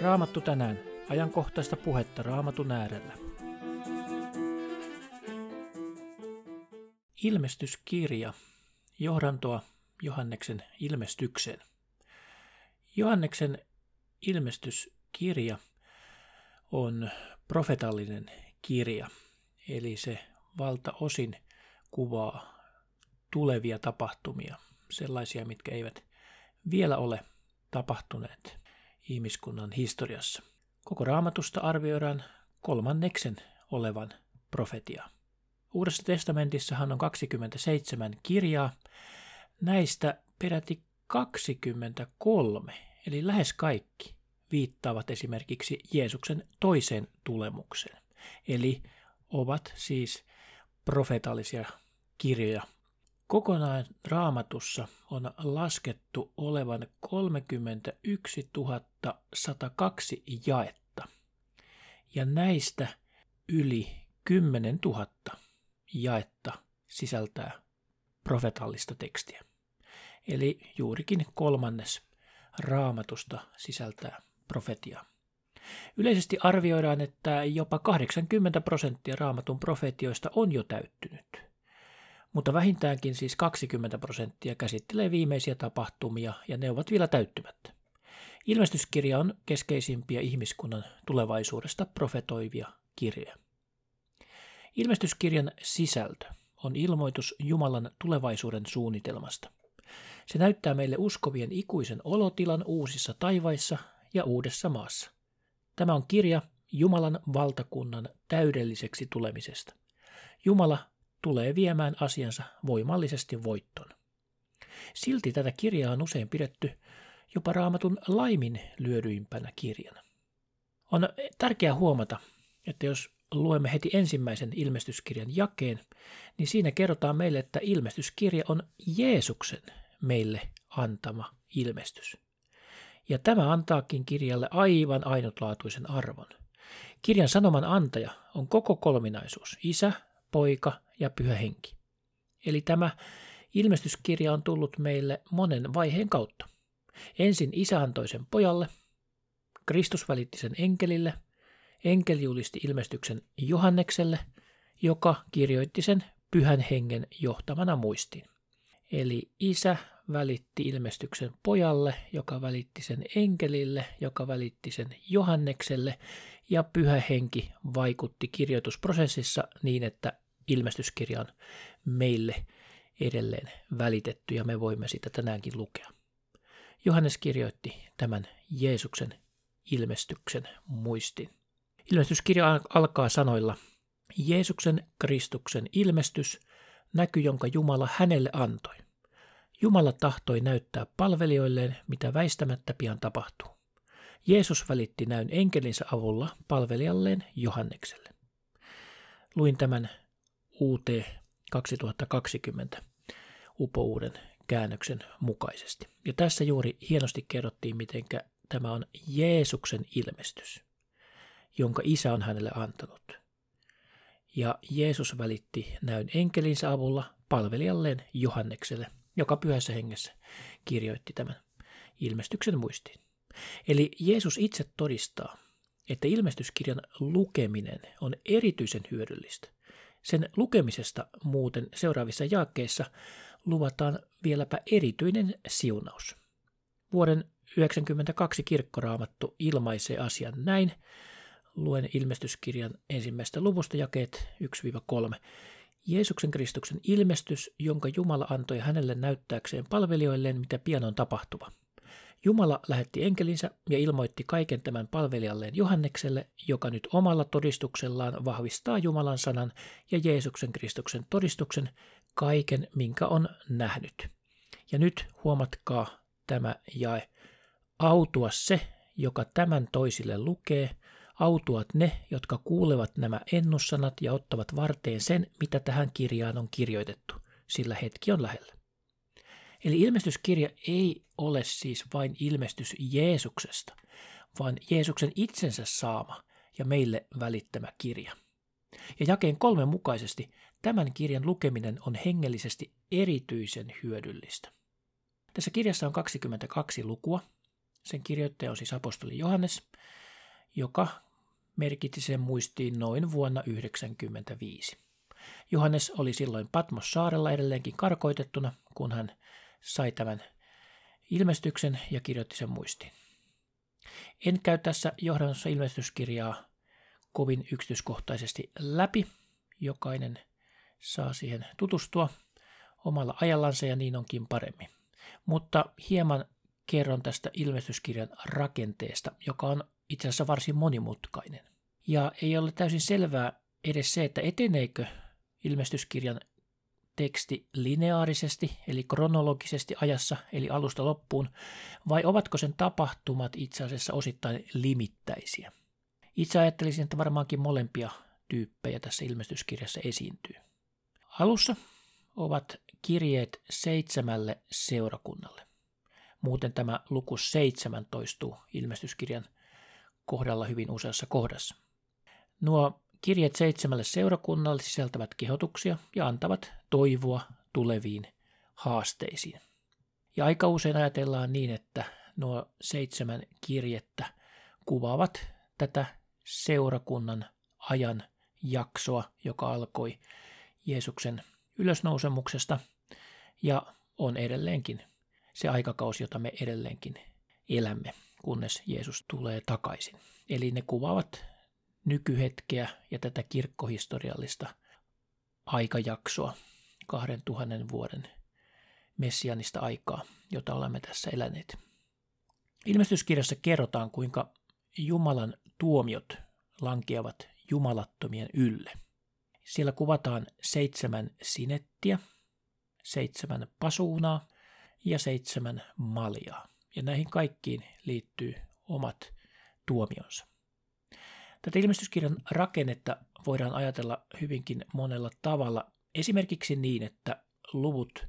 Raamattu tänään. Ajankohtaista puhetta Raamatun äärellä. Ilmestyskirja. Johdantoa Johanneksen ilmestykseen. Johanneksen ilmestyskirja on profetallinen kirja, eli se valtaosin kuvaa tulevia tapahtumia, sellaisia, mitkä eivät vielä ole tapahtuneet ihmiskunnan historiassa. Koko Raamatusta arvioidaan kolmanneksen olevan profetiaa. Uudessa testamentissahan on 27 kirjaa, näistä peräti 23, eli lähes kaikki, viittaavat esimerkiksi Jeesuksen toiseen tulemukseen, eli ovat siis profetallisia kirjoja. Kokonaan Raamatussa on laskettu olevan 31 102 jaetta, ja näistä yli 10 000 jaetta sisältää profetallista tekstiä. Eli juurikin kolmannes Raamatusta sisältää profetiaa. Yleisesti arvioidaan, että jopa 80% Raamatun profetioista on jo täyttynyt. Mutta vähintäänkin siis 20% käsittelee viimeisiä tapahtumia ja ne ovat vielä täyttymättä. Ilmestyskirja on keskeisimpiä ihmiskunnan tulevaisuudesta profetoivia kirjoja. Ilmestyskirjan sisältö on ilmoitus Jumalan tulevaisuuden suunnitelmasta. Se näyttää meille uskovien ikuisen olotilan uusissa taivaissa ja uudessa maassa. Tämä on kirja Jumalan valtakunnan täydelliseksi tulemisesta. Jumala tulee viemään asiansa voimallisesti voittoon. Silti tätä kirjaa on usein pidetty jopa Raamatun laiminlyödyimpänä kirjana. On tärkeää huomata, että jos luemme heti ensimmäisen ilmestyskirjan jakeen, niin siinä kerrotaan meille, että ilmestyskirja on Jeesuksen meille antama ilmestys. Ja tämä antaakin kirjalle aivan ainutlaatuisen arvon. Kirjan sanoman antaja on koko kolminaisuus, Isä, Poika ja Pyhä Henki. Eli tämä ilmestyskirja on tullut meille monen vaiheen kautta. Ensin Isä antoi sen Pojalle, Kristus välitti sen enkelille, enkeli julisti ilmestyksen Johannekselle, joka kirjoitti sen Pyhän Hengen johtamana muistiin. Eli Isä välitti ilmestyksen Pojalle, joka välitti sen enkelille, joka välitti sen Johannekselle, ja Pyhä Henki vaikutti kirjoitusprosessissa niin, että ilmestyskirja on meille edelleen välitetty ja me voimme sitä tänäänkin lukea. Johannes kirjoitti tämän Jeesuksen ilmestyksen muistiin. Ilmestyskirja alkaa sanoilla: Jeesuksen Kristuksen ilmestys, näky, jonka Jumala hänelle antoi. Jumala tahtoi näyttää palvelijoilleen, mitä väistämättä pian tapahtuu. Jeesus välitti näyn enkelinsä avulla palvelijalleen Johannekselle. Luin tämän UT 2020 upouuden käännöksen mukaisesti. Ja tässä juuri hienosti kerrottiin, miten tämä on Jeesuksen ilmestys, jonka Isä on hänelle antanut. Ja Jeesus välitti näyn enkelinsä avulla palvelijalleen Johannekselle, joka Pyhässä Hengessä kirjoitti tämän ilmestyksen muistiin. Eli Jeesus itse todistaa, että ilmestyskirjan lukeminen on erityisen hyödyllistä. Sen lukemisesta muuten seuraavissa jakeissa luvataan vieläpä erityinen siunaus. Vuoden 1992 kirkkoraamattu ilmaisee asian näin. Luen ilmestyskirjan ensimmäistä luvusta jakeet 1-3. Jeesuksen Kristuksen ilmestys, jonka Jumala antoi hänelle näyttääkseen palvelijoilleen, mitä pian on tapahtuva. Jumala lähetti enkelinsä ja ilmoitti kaiken tämän palvelijalleen Johannekselle, joka nyt omalla todistuksellaan vahvistaa Jumalan sanan ja Jeesuksen Kristuksen todistuksen, kaiken minkä on nähnyt. Ja nyt huomatkaa tämä jae. Autua se, joka tämän toisille lukee, autuat ne, jotka kuulevat nämä ennussanat ja ottavat varteen sen, mitä tähän kirjaan on kirjoitettu, sillä hetki on lähellä. Eli ilmestyskirja ei ole siis vain ilmestys Jeesuksesta, vaan Jeesuksen itsensä saama ja meille välittämä kirja. Ja jakeen 3 mukaisesti tämän kirjan lukeminen on hengellisesti erityisen hyödyllistä. Tässä kirjassa on 22 lukua, Sen kirjoittaja on siis apostoli Johannes, joka merkitsi sen muistiin noin vuonna 1995. Johannes oli silloin Patmos-saarella edelleenkin karkoitettuna, kun hän sai tämän ilmestyksen ja kirjoitti sen muistiin. En käy tässä johdannossa ilmestyskirjaa kovin yksityiskohtaisesti läpi. Jokainen saa siihen tutustua omalla ajallansa ja niin onkin paremmin. Mutta hieman kerron tästä ilmestyskirjan rakenteesta, joka on itse asiassa varsin monimutkainen. Ja ei ole täysin selvää edes se, että eteneekö ilmestyskirjan teksti lineaarisesti, eli kronologisesti ajassa, eli alusta loppuun, vai ovatko sen tapahtumat itse asiassa osittain limittäisiä. Itse ajattelisin, että varmaankin molempia tyyppejä tässä ilmestyskirjassa esiintyy. Alussa ovat kirjeet 7 seurakunnalle. Muuten tämä luku 7 toistuu ilmestyskirjan kohdalla hyvin useassa kohdassa. Nuo kirjeet 7 seurakunnalle sisältävät kehotuksia ja antavat toivoa tuleviin haasteisiin. Ja aika usein ajatellaan niin, että nuo 7 kirjettä kuvaavat tätä seurakunnan ajan jaksoa, joka alkoi Jeesuksen ylösnousemuksesta ja on edelleenkin se aikakausi, jota me edelleenkin elämme, kunnes Jeesus tulee takaisin. Eli ne kuvaavat nykyhetkeä ja tätä kirkkohistoriallista aikajaksoa, 2000 vuoden messianista aikaa, jota olemme tässä eläneet. Ilmestyskirjassa kerrotaan, kuinka Jumalan tuomiot lankeavat jumalattomien ylle. Siellä kuvataan 7 sinettiä, 7 pasuunaa ja 7 maljaa. Ja näihin kaikkiin liittyy omat tuomionsa. Tätä ilmestyskirjan rakennetta voidaan ajatella hyvinkin monella tavalla. Esimerkiksi niin, että luvut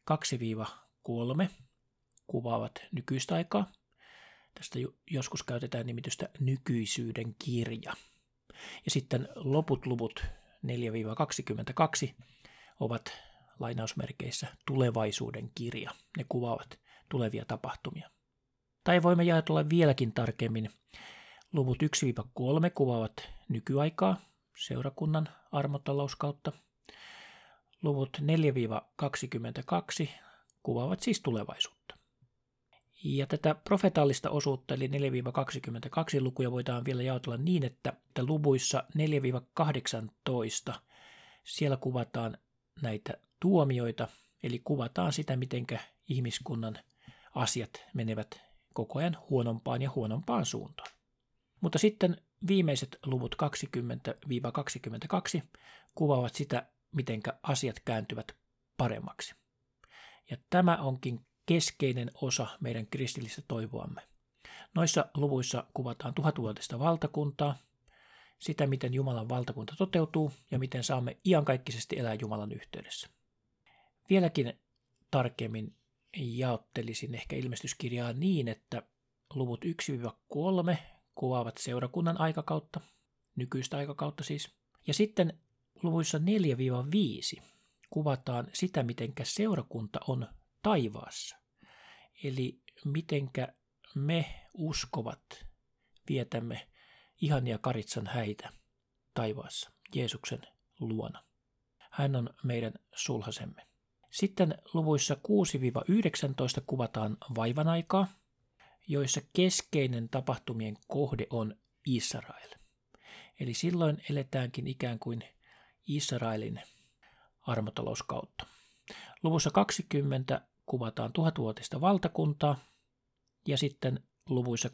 2-3 kuvaavat nykyistä aikaa. Tästä joskus käytetään nimitystä nykyisyyden kirja. Ja sitten loput luvut 4-22 ovat lainausmerkeissä tulevaisuuden kirja. Ne kuvaavat tulevia tapahtumia. Tai voimme jaetella vieläkin tarkemmin. Luvut 1-3 kuvaavat nykyaikaa seurakunnan armottalouskautta. Luvut 4-22 kuvaavat siis tulevaisuutta. Ja tätä profetaalista osuutta eli 4-22 lukuja voidaan vielä jaotella niin, että luvuissa 4-18 siellä kuvataan näitä tuomioita, eli kuvataan sitä, mitenkä ihmiskunnan asiat menevät koko ajan huonompaan ja huonompaan suuntaan. Mutta sitten viimeiset luvut 20-22 kuvaavat sitä, mitenkä asiat kääntyvät paremmaksi. Ja tämä onkin keskeinen osa meidän kristillistä toivoamme. Noissa luvuissa kuvataan 1000-vuotista valtakuntaa, sitä miten Jumalan valtakunta toteutuu ja miten saamme iankaikkisesti elää Jumalan yhteydessä. Vieläkin tarkemmin jaottelisin ehkä ilmestyskirjaa niin, että luvut 1-3 kuvaavat seurakunnan aikakautta, nykyistä aikakautta siis. Ja sitten luvuissa 4-5 kuvataan sitä, mitenkä seurakunta on taivaassa. Eli mitenkä me uskovat vietämme ihania Karitsan häitä taivaassa Jeesuksen luona. Hän on meidän sulhasemme. Sitten luvuissa 6-19 kuvataan vaivan aikaa, joissa keskeinen tapahtumien kohde on Israel. Eli silloin eletäänkin ikään kuin Israelin armotalouskautta. Luvussa 20 kuvataan 1000-vuotista valtakuntaa ja sitten luvuissa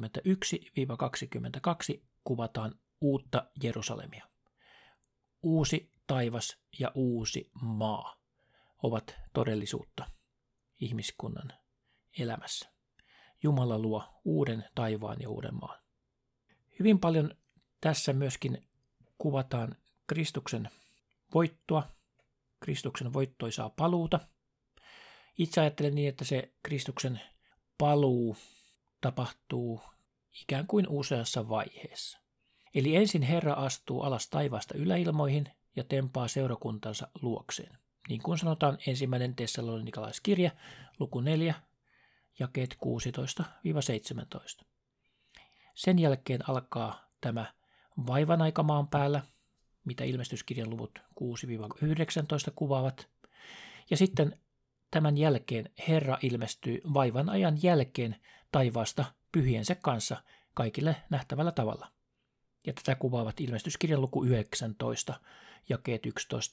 21-22 kuvataan uutta Jerusalemia. Uusi taivas ja uusi maa ovat todellisuutta ihmiskunnan elämässä. Jumala luo uuden taivaan ja uuden maan. Hyvin paljon tässä myöskin kuvataan Kristuksen voittoa, Kristuksen voittoisaa paluuta. Itse ajattelen niin, että se Kristuksen paluu tapahtuu ikään kuin useassa vaiheessa. Eli ensin Herra astuu alas taivaasta yläilmoihin ja tempaa seurakuntansa luokseen. Niin kuin sanotaan 1. Tessalonikalaiskirja, luku 4, jakeet 16-17. Sen jälkeen alkaa tämä vaivan aika maan päällä, mitä ilmestyskirjan luvut 6-19 kuvaavat. Ja sitten tämän jälkeen Herra ilmestyy vaivan ajan jälkeen taivaasta pyhiensä kanssa kaikille nähtävällä tavalla. Ja tätä kuvaavat ilmestyskirjan luku 19, jakeet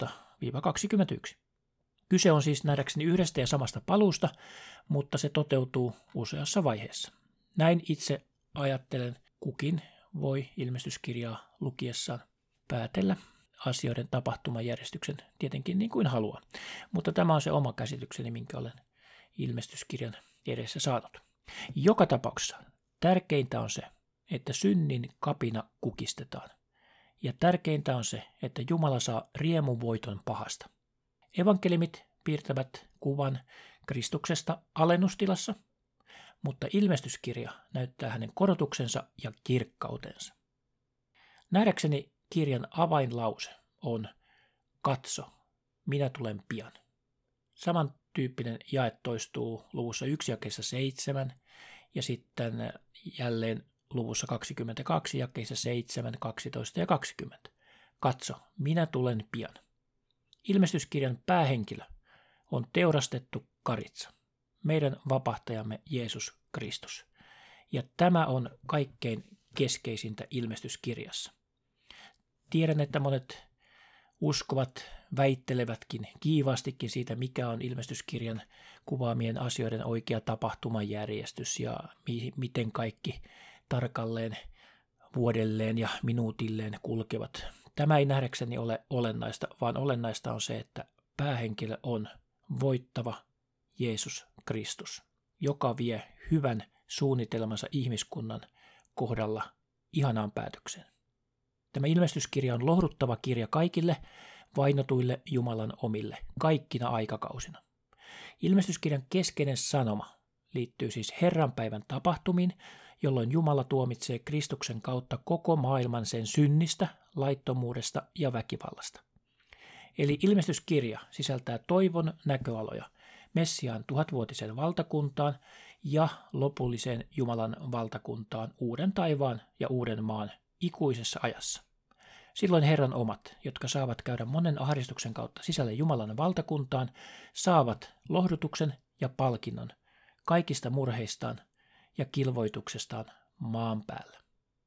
11-21. Kyse on siis nähdäkseni yhdestä ja samasta paluusta, mutta se toteutuu useassa vaiheessa. Näin itse ajattelen, kukin voi ilmestyskirjaa lukiessaan päätellä asioiden tapahtumajärjestyksen tietenkin niin kuin haluaa. Mutta tämä on se oma käsitykseni, minkä olen ilmestyskirjan edessä saanut. Joka tapauksessa tärkeintä on se, että synnin kapina kukistetaan. Ja tärkeintä on se, että Jumala saa riemuvoiton pahasta. Evankelimit piirtävät kuvan Kristuksesta alennustilassa, mutta ilmestyskirja näyttää hänen korotuksensa ja kirkkautensa. Nähdäkseni kirjan avainlause on katso, minä tulen pian. Samantyyppinen jae toistuu luvussa 1 jakeessa 7 ja sitten jälleen luvussa 22 jakeissa 7, 12 ja 20. Katso, minä tulen pian. Ilmestyskirjan päähenkilö on teurastettu karitsa, meidän vapahtajamme Jeesus Kristus. Ja tämä on kaikkein keskeisintä ilmestyskirjassa. Tiedän, että monet uskovat väittelevätkin kiivaastikin siitä, mikä on ilmestyskirjan kuvaamien asioiden oikea tapahtumajärjestys ja miten kaikki tarkalleen vuodelleen ja minuutilleen kulkevat. Tämä ei nähdäkseni ole olennaista, vaan olennaista on se, että päähenkilö on voittava Jeesus Kristus, joka vie hyvän suunnitelmansa ihmiskunnan kohdalla ihanaan päätökseen. Tämä ilmestyskirja on lohduttava kirja kaikille vainotuille Jumalan omille, kaikkina aikakausina. Ilmestyskirjan keskeinen sanoma liittyy siis Herranpäivän tapahtumiin, jolloin Jumala tuomitsee Kristuksen kautta koko maailman sen synnistä, laittomuudesta ja väkivallasta. Eli ilmestyskirja sisältää toivon näköaloja Messiaan 1000-vuotiseen valtakuntaan ja lopulliseen Jumalan valtakuntaan uuden taivaan ja uuden maan ikuisessa ajassa. Silloin Herran omat, jotka saavat käydä monen ahdistuksen kautta sisälle Jumalan valtakuntaan, saavat lohdutuksen ja palkinnon kaikista murheistaan ja kilvoituksestaan maan päällä.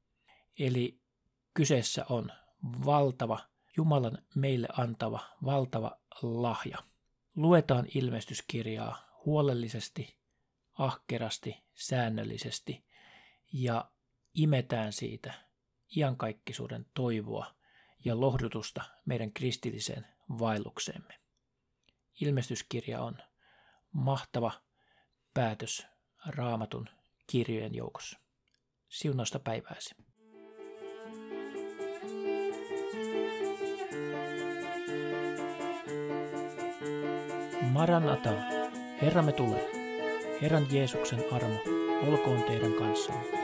Eli kyseessä on valtava, Jumalan meille antava valtava lahja. Luetaan ilmestyskirjaa huolellisesti, ahkerasti, säännöllisesti ja imetään siitä iankaikkisuuden toivoa ja lohdutusta meidän kristilliseen vaellukseemme. Ilmestyskirja on mahtava päätös Raamatun kirjojen joukossa. Siunausta päivääsi. Maranata, Herramme tulee. Herran Jeesuksen armo olkoon teidän kanssanne.